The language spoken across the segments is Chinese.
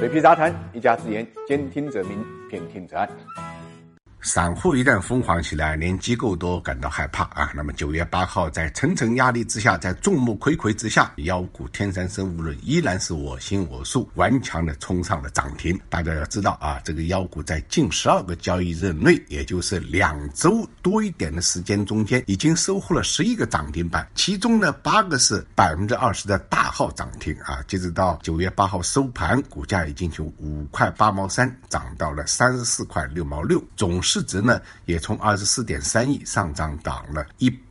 水皮杂谈，一家之言，兼听则明，偏听则暗。 散户一旦疯狂起来，连机构都感到害怕啊！那么9月8号，在层层压力之下，在众目睽睽之下，妖股天山生物论依然是我行我素，顽强的冲上了涨停。大家要知道啊，这个妖股在近12个交易日内，也就是2周多一点的时间中间，已经收获了11个涨停板，其中呢8个是20%的大号涨停啊！截止到9月8号收盘，股价已经从5块8毛3涨到了34块6毛6，总市值呢也从24.3亿上涨到了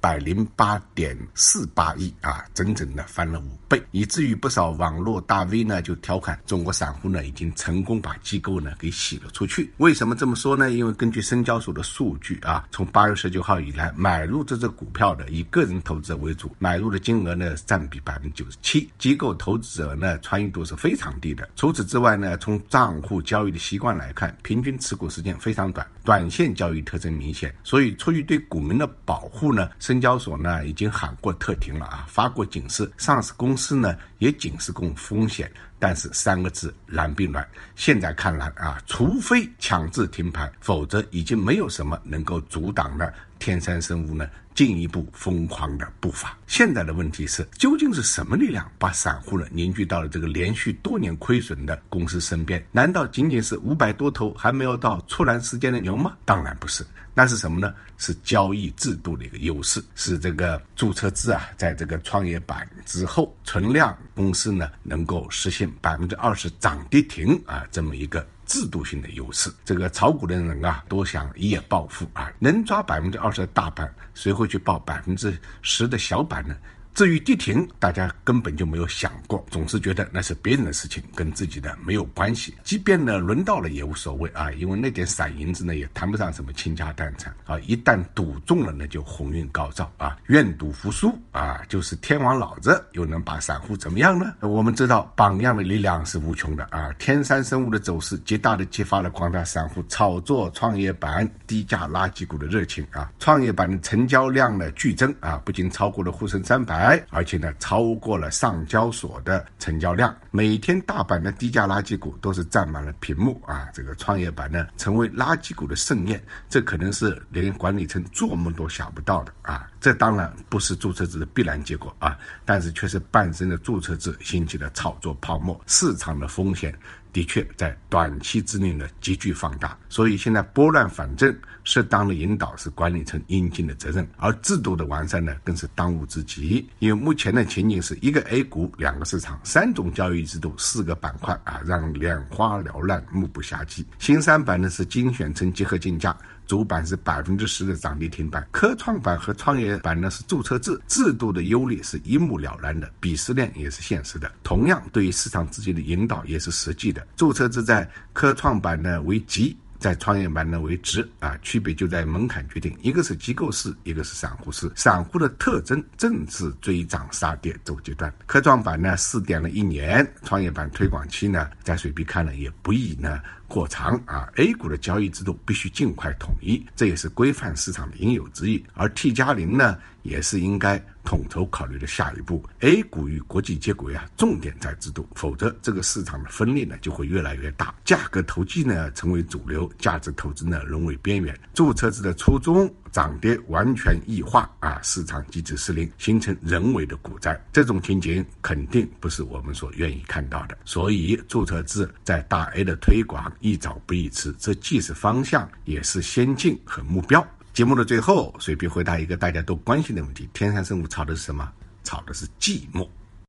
108.48亿啊，整整的翻了5倍，以至于不少网络大 V 呢就调侃中国散户呢已经成功把机构呢给洗了出去。为什么这么说呢？因为根据深交所的数据啊，从8月19号以来，买入这只股票的以个人投资者为主，买入的金额呢占比 97%， 机构投资者呢参与度是非常低的。除此之外呢，从账户交易的习惯来看，平均持股时间非常短，短线交易特征明显，所以出于对股民的保护呢，深交所呢已经喊过特停了啊，发过警示，上市公司呢也警示过风险，但是3个字蓝并卵。现在看来啊，除非强制停牌，否则已经没有什么能够阻挡了天山生物呢进一步疯狂的步伐。现在的问题是，究竟是什么力量把散户呢凝聚到了这个连续多年亏损的公司身边？难道仅仅是500多头还没有到出栏时间的牛吗？当然不是，那是什么呢？是交易制度的一个优势，是这个注册制啊，在这个创业板之后，存量公司呢能够实现20%涨跌停啊，这么一个制度性的优势。这个炒股的人啊，都想一夜暴富啊，能抓20%的大盘，谁会去报10%的小板呢？至于跌停，大家根本就没有想过，总是觉得那是别人的事情，跟自己的没有关系。即便呢轮到了也无所谓啊，因为那点散银子呢也谈不上什么倾家荡产啊，一旦赌中了呢就鸿运高照啊，愿赌服输啊，就是天王老子又能把散户怎么样呢？我们知道榜样的力量是无穷的啊，天山生物的走势极大的激发了广大散户炒作创业板低价垃圾股的热情啊，创业板的成交量呢剧增啊，不仅超过了沪深300，而且呢超过了上交所的成交量，每天大盘的低价垃圾股都是占满了屏幕啊！这个创业板呢成为垃圾股的盛宴，这可能是连管理层做梦都想不到的啊！这当然不是注册制的必然结果啊，但是却是伴生的注册制兴起的炒作泡沫，市场的风险的确在短期之内呢急剧放大，所以现在拨乱反正，适当的引导是管理层应尽的责任，而制度的完善呢更是当务之急。因为目前的情景是1个 A 股2个市场，3种交易制度4个板块啊，让眼花缭乱，目不暇接。新3板呢是精选层结合竞价，主板是10%的涨跌停板，科创板和创业板呢是注册制，制度的优劣是一目了然的，鄙视链也是现实的，同样对于市场资金的引导也是实际的。注册制在科创板呢为吉，在创业板呢为值啊，区别就在门槛决定，一个是机构式，一个是散户式。散户的特征正是追涨杀跌走阶段。科创板呢试点了1年，创业板推广期呢在水皮看呢也不宜呢过长啊。A 股的交易制度必须尽快统一，这也是规范市场的应有之义。而 T+0 呢也是应该统筹考虑的下一步。A 股与国际接轨啊，重点在制度，否则这个市场的分裂呢就会越来越大，价格投机呢成为主流，价值投资呢沦为边缘。注册制的初衷涨跌完全异化啊，市场机制失灵，形成人为的股灾，这种情景肯定不是我们所愿意看到的。所以注册制在大 A 的推广宜早不宜迟，这既是方向也是先进和目标。节目的最后，水皮回答一个大家都关心的问题：天山生物炒的是什么？炒的是寂寞。